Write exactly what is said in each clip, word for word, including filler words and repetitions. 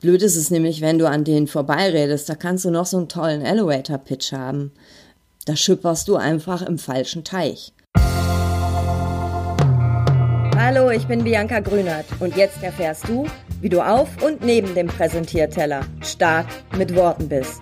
Blöd ist es nämlich, wenn du an denen vorbeiredest, da kannst du noch so einen tollen Elevator-Pitch haben. Da schipperst du einfach im falschen Teich. Hallo, ich bin Bianca Grünert und jetzt erfährst du, wie du auf und neben dem Präsentierteller stark mit Worten bist.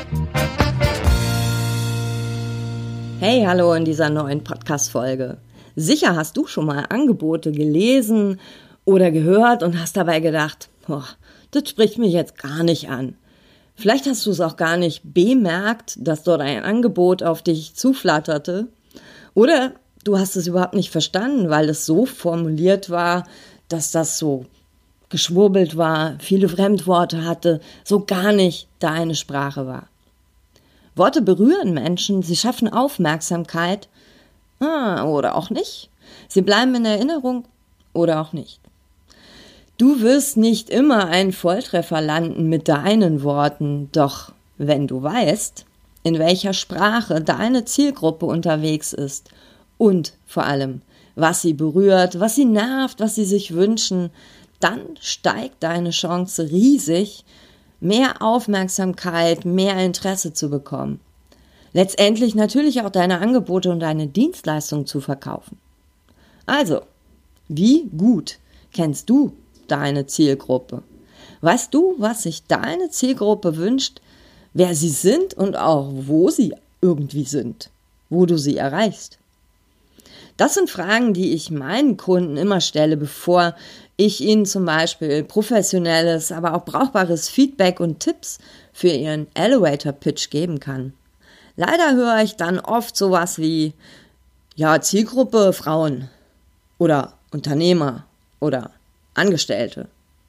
Hey, hallo in dieser neuen Podcast-Folge. Sicher hast du schon mal Angebote gelesen oder gehört und hast dabei gedacht, boah, das spricht mich jetzt gar nicht an. Vielleicht hast du es auch gar nicht bemerkt, dass dort ein Angebot auf dich zuflatterte. Oder du hast es überhaupt nicht verstanden, weil es so formuliert war, dass das so geschwurbelt war, viele Fremdworte hatte, so gar nicht deine Sprache war. Worte berühren Menschen, sie schaffen Aufmerksamkeit, ah, oder auch nicht. Sie bleiben in Erinnerung oder auch nicht. Du wirst nicht immer einen Volltreffer landen mit deinen Worten, doch wenn du weißt, in welcher Sprache deine Zielgruppe unterwegs ist und vor allem, was sie berührt, was sie nervt, was sie sich wünschen, dann steigt deine Chance riesig, mehr Aufmerksamkeit, mehr Interesse zu bekommen. Letztendlich natürlich auch deine Angebote und deine Dienstleistungen zu verkaufen. Also, wie gut kennst du deine Zielgruppe? Weißt du, was sich deine Zielgruppe wünscht, wer sie sind und auch wo sie irgendwie sind, wo du sie erreichst? Das sind Fragen, die ich meinen Kunden immer stelle, bevor ich ihnen zum Beispiel professionelles, aber auch brauchbares Feedback und Tipps für ihren Elevator-Pitch geben kann. Leider höre ich dann oft sowas wie, ja, Zielgruppe Frauen oder Unternehmer oder Angestellte.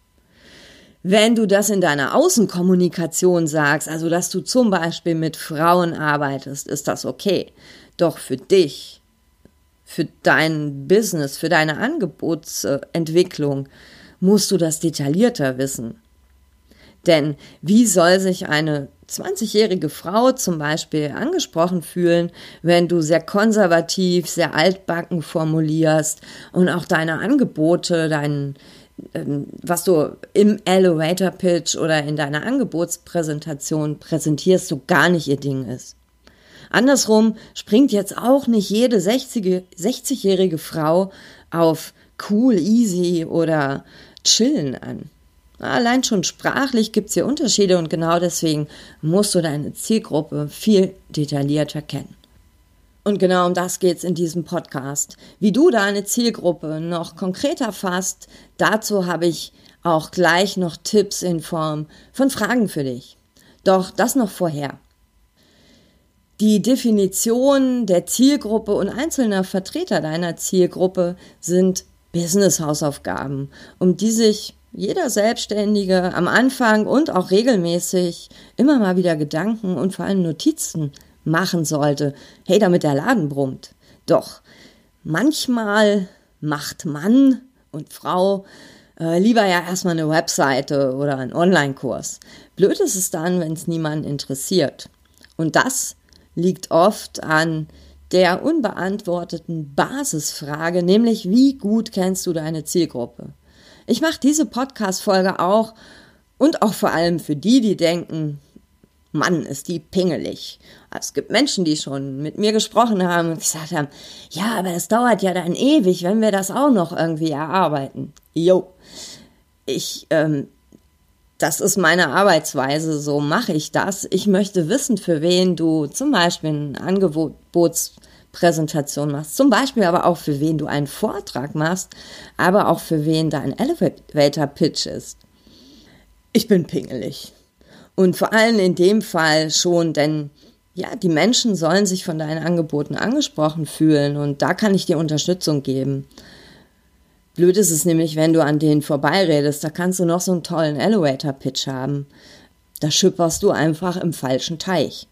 Wenn du das in deiner Außenkommunikation sagst, also dass du zum Beispiel mit Frauen arbeitest, ist das okay. Doch für dich, für dein Business, für deine Angebotsentwicklung musst du das detaillierter wissen. Denn wie soll sich eine zwanzigjährige Frau zum Beispiel angesprochen fühlen, wenn du sehr konservativ, sehr altbacken formulierst und auch deine Angebote, dein, ähm, was du im Elevator-Pitch oder in deiner Angebotspräsentation präsentierst, so gar nicht ihr Ding ist. Andersrum springt jetzt auch nicht jede sechzigjährige Frau auf cool, easy oder chillen an. Allein schon sprachlich gibt es hier Unterschiede und genau deswegen musst du deine Zielgruppe viel detaillierter kennen. Und genau um das geht es in diesem Podcast. Wie du deine Zielgruppe noch konkreter fasst, dazu habe ich auch gleich noch Tipps in Form von Fragen für dich. Doch das noch vorher. Die Definition der Zielgruppe und einzelner Vertreter deiner Zielgruppe sind Business-Hausaufgaben, um die sich jeder Selbstständige am Anfang und auch regelmäßig immer mal wieder Gedanken und vor allem Notizen machen sollte. Hey, damit der Laden brummt. Doch manchmal macht Mann und Frau äh, lieber ja erstmal eine Webseite oder einen Online-Kurs. Blöd ist es dann, wenn es niemanden interessiert. Und das liegt oft an der unbeantworteten Basisfrage, nämlich wie gut kennst du deine Zielgruppe? Ich mache diese Podcast-Folge auch und auch vor allem für die, die denken, Mann, ist die pingelig. Es gibt Menschen, die schon mit mir gesprochen haben und gesagt haben, ja, aber es dauert ja dann ewig, wenn wir das auch noch irgendwie erarbeiten. Jo, ich, ähm, das ist meine Arbeitsweise, so mache ich das. Ich möchte wissen, für wen du zum Beispiel ein Angebotspräsentation machst, zum Beispiel aber auch für wen du einen Vortrag machst, aber auch für wen dein Elevator-Pitch ist. Ich bin pingelig. Und vor allem in dem Fall schon, denn ja, die Menschen sollen sich von deinen Angeboten angesprochen fühlen und da kann ich dir Unterstützung geben. Blöd ist es nämlich, wenn du an denen vorbeiredest, da kannst du noch so einen tollen Elevator-Pitch haben. Da schipperst du einfach im falschen Teich.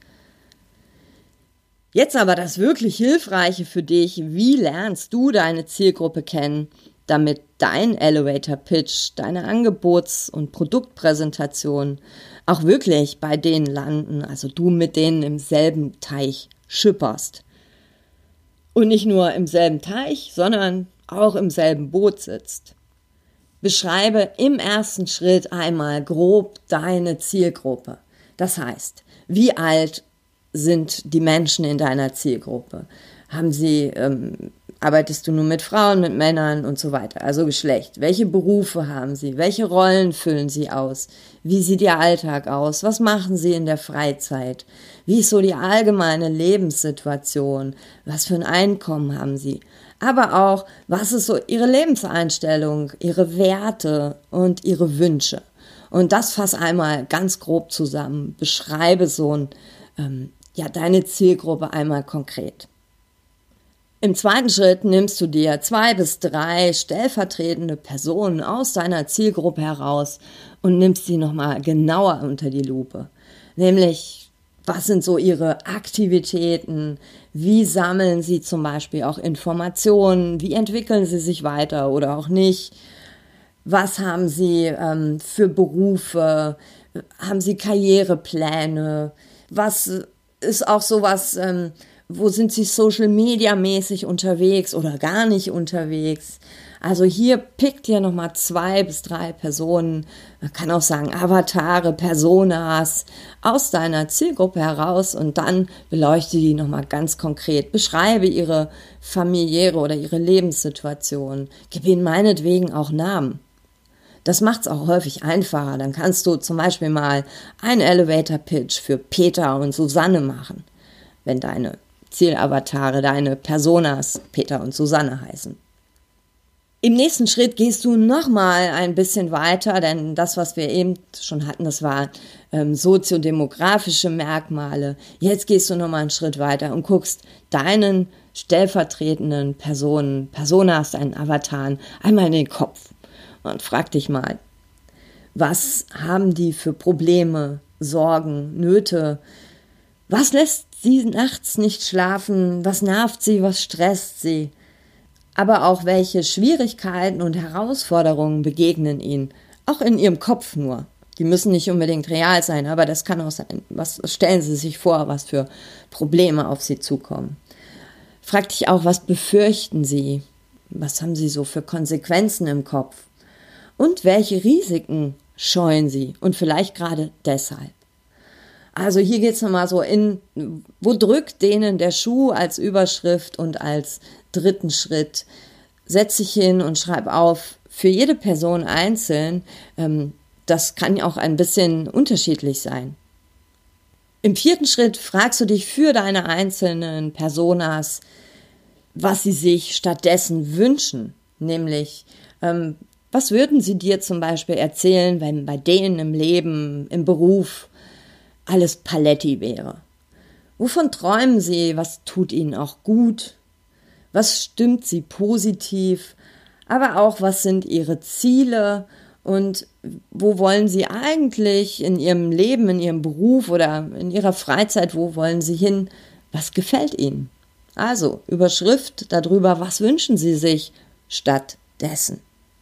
Jetzt aber das wirklich Hilfreiche für dich, wie lernst du deine Zielgruppe kennen, damit dein Elevator-Pitch, deine Angebots- und Produktpräsentation auch wirklich bei denen landen, also du mit denen im selben Teich schipperst. Und nicht nur im selben Teich, sondern auch im selben Boot sitzt. Beschreibe im ersten Schritt einmal grob deine Zielgruppe. Das heißt, wie alt sind die Menschen in deiner Zielgruppe? Haben sie, ähm, arbeitest du nur mit Frauen, mit Männern und so weiter? Also Geschlecht. Welche Berufe haben sie? Welche Rollen füllen sie aus? Wie sieht ihr Alltag aus? Was machen sie in der Freizeit? Wie ist so die allgemeine Lebenssituation? Was für ein Einkommen haben sie? Aber auch, was ist so ihre Lebenseinstellung, ihre Werte und ihre Wünsche? Und das fass einmal ganz grob zusammen. Beschreibe so ein, ähm, ja, deine Zielgruppe einmal konkret. Im zweiten Schritt nimmst du dir zwei bis drei stellvertretende Personen aus deiner Zielgruppe heraus und nimmst sie nochmal genauer unter die Lupe. Nämlich, was sind so ihre Aktivitäten? Wie sammeln sie zum Beispiel auch Informationen? Wie entwickeln sie sich weiter oder auch nicht? Was haben sie ähm, für Berufe? Haben sie Karrierepläne? Was ist auch sowas, ähm, wo sind sie Social-Media-mäßig unterwegs oder gar nicht unterwegs? Also hier pickt ihr nochmal zwei bis drei Personen, man kann auch sagen Avatare, Personas aus deiner Zielgruppe heraus und dann beleuchte die nochmal ganz konkret. Beschreibe ihre familiäre oder ihre Lebenssituation. Gib ihnen meinetwegen auch Namen. Das macht's auch häufig einfacher. Dann kannst du zum Beispiel mal einen Elevator-Pitch für Peter und Susanne machen, wenn deine Zielavatare, deine Personas Peter und Susanne heißen. Im nächsten Schritt gehst du nochmal ein bisschen weiter, denn das, was wir eben schon hatten, das waren ähm, soziodemografische Merkmale. Jetzt gehst du nochmal einen Schritt weiter und guckst deinen stellvertretenden Personen, Personas, deinen Avataren einmal in den Kopf und frag dich mal, was haben die für Probleme, Sorgen, Nöte? Was lässt sie nachts nicht schlafen? Was nervt sie? Was stresst sie? Aber auch welche Schwierigkeiten und Herausforderungen begegnen ihnen, auch in ihrem Kopf nur. Die müssen nicht unbedingt real sein, aber das kann auch sein. Was stellen Sie sich vor, was für Probleme auf Sie zukommen? Frag dich auch, was befürchten Sie? Was haben Sie so für Konsequenzen im Kopf? Und welche Risiken scheuen Sie? Und vielleicht gerade deshalb. Also hier geht's nochmal so in, wo drückt denen der Schuh als Überschrift und als dritten Schritt. Setz dich hin und schreib auf, für jede Person einzeln, ähm, das kann auch ein bisschen unterschiedlich sein. Im vierten Schritt fragst du dich für deine einzelnen Personas, was sie sich stattdessen wünschen, nämlich, ähm, was würden sie dir zum Beispiel erzählen, wenn bei denen im Leben, im Beruf alles Paletti wäre? Wovon träumen sie? Was tut ihnen auch gut? Was stimmt sie positiv? Aber auch, was sind ihre Ziele? Und wo wollen sie eigentlich in ihrem Leben, in ihrem Beruf oder in ihrer Freizeit, wo wollen sie hin? Was gefällt ihnen? Also, Überschrift darüber, was wünschen sie sich stattdessen?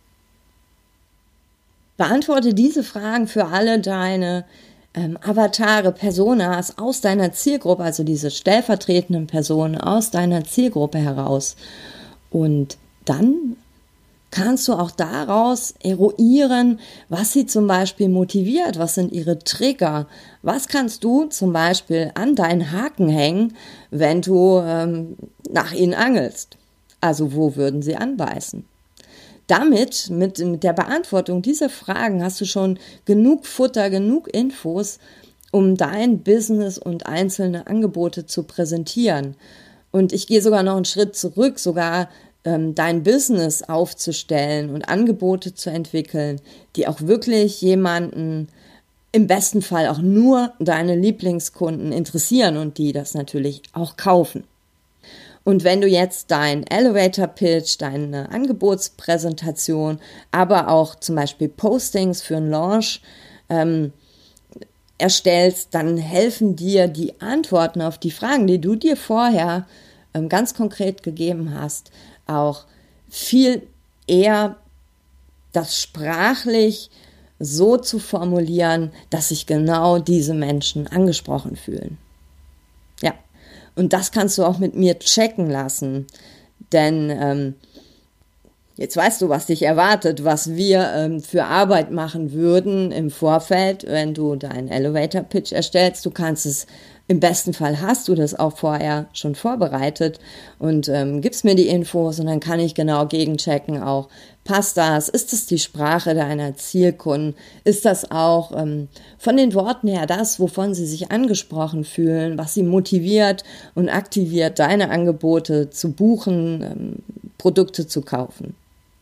Beantworte diese Fragen für alle deine ähm, Avatare, Personas aus deiner Zielgruppe, also diese stellvertretenden Personen aus deiner Zielgruppe heraus. Und dann kannst du auch daraus eruieren, was sie zum Beispiel motiviert, was sind ihre Trigger, was kannst du zum Beispiel an deinen Haken hängen, wenn du ähm, nach ihnen angelst. Also wo würden sie anbeißen? Damit, mit, mit der Beantwortung dieser Fragen hast du schon genug Futter, genug Infos, um dein Business und einzelne Angebote zu präsentieren. Und ich gehe sogar noch einen Schritt zurück, sogar ähm, dein Business aufzustellen und Angebote zu entwickeln, die auch wirklich jemanden, im besten Fall auch nur deine Lieblingskunden interessieren und die das natürlich auch kaufen. Und wenn du jetzt dein Elevator Pitch, deine Angebotspräsentation, aber auch zum Beispiel Postings für einen Launch ähm, erstellst, dann helfen dir die Antworten auf die Fragen, die du dir vorher ähm, ganz konkret gegeben hast, auch viel eher das sprachlich so zu formulieren, dass sich genau diese Menschen angesprochen fühlen. Ja. Und das kannst du auch mit mir checken lassen, denn ähm, Jetzt weißt du, was dich erwartet, was wir ähm, für Arbeit machen würden im Vorfeld, wenn du deinen Elevator-Pitch erstellst. Du kannst es, im besten Fall hast du das auch vorher schon vorbereitet und ähm, gibst mir die Infos und dann kann ich genau gegenchecken auch, passt das, ist das die Sprache deiner Zielkunden, ist das auch ähm, von den Worten her das, wovon sie sich angesprochen fühlen, was sie motiviert und aktiviert, deine Angebote zu buchen, ähm, Produkte zu kaufen.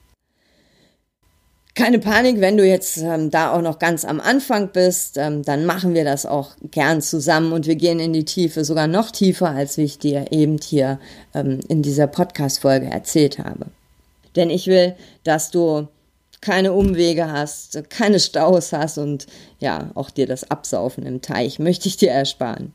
Keine Panik, wenn du jetzt ähm, da auch noch ganz am Anfang bist, ähm, dann machen wir das auch gern zusammen und wir gehen in die Tiefe, sogar noch tiefer, als ich dir eben hier ähm, in dieser Podcast-Folge erzählt habe. Denn ich will, dass du keine Umwege hast, keine Staus hast und ja, auch dir das Absaufen im Teich möchte ich dir ersparen.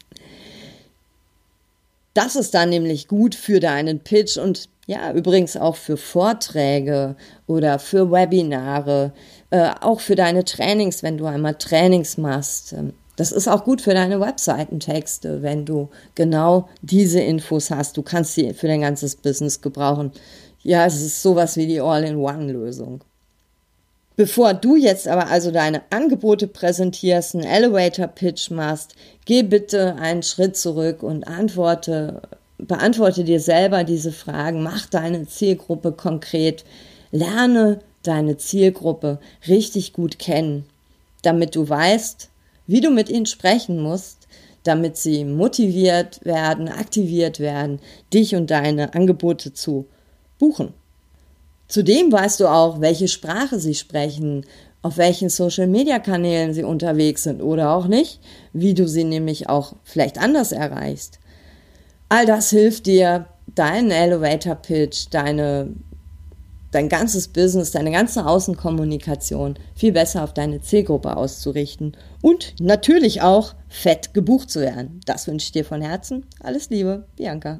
Das ist dann nämlich gut für deinen Pitch und ja, übrigens auch für Vorträge oder für Webinare, äh, auch für deine Trainings, wenn du einmal Trainings machst. Das ist auch gut für deine Webseitentexte, wenn du genau diese Infos hast. Du kannst sie für dein ganzes Business gebrauchen. Ja, es ist sowas wie die All-in-One-Lösung. Bevor du jetzt aber also deine Angebote präsentierst, einen Elevator-Pitch machst, geh bitte einen Schritt zurück und antworte Beantworte dir selber diese Fragen, mach deine Zielgruppe konkret, lerne deine Zielgruppe richtig gut kennen, damit du weißt, wie du mit ihnen sprechen musst, damit sie motiviert werden, aktiviert werden, dich und deine Angebote zu buchen. Zudem weißt du auch, welche Sprache sie sprechen, auf welchen Social-Media-Kanälen sie unterwegs sind oder auch nicht, wie du sie nämlich auch vielleicht anders erreichst. All das hilft dir, deinen Elevator-Pitch, deine, dein ganzes Business, deine ganze Außenkommunikation viel besser auf deine Zielgruppe auszurichten und natürlich auch fett gebucht zu werden. Das wünsche ich dir von Herzen. Alles Liebe, Bianca.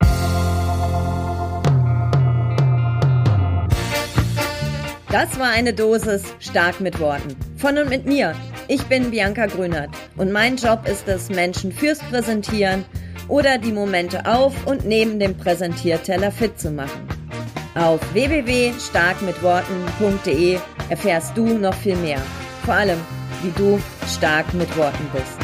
Das war eine Dosis stark mit Worten. Von und mit mir. Ich bin Bianca Grünert und mein Job ist es, Menschen fürs Präsentieren oder die Momente auf und neben dem Präsentierteller fit zu machen. Auf w w w punkt stark mit worten punkt de erfährst du noch viel mehr. Vor allem, wie du stark mit Worten bist.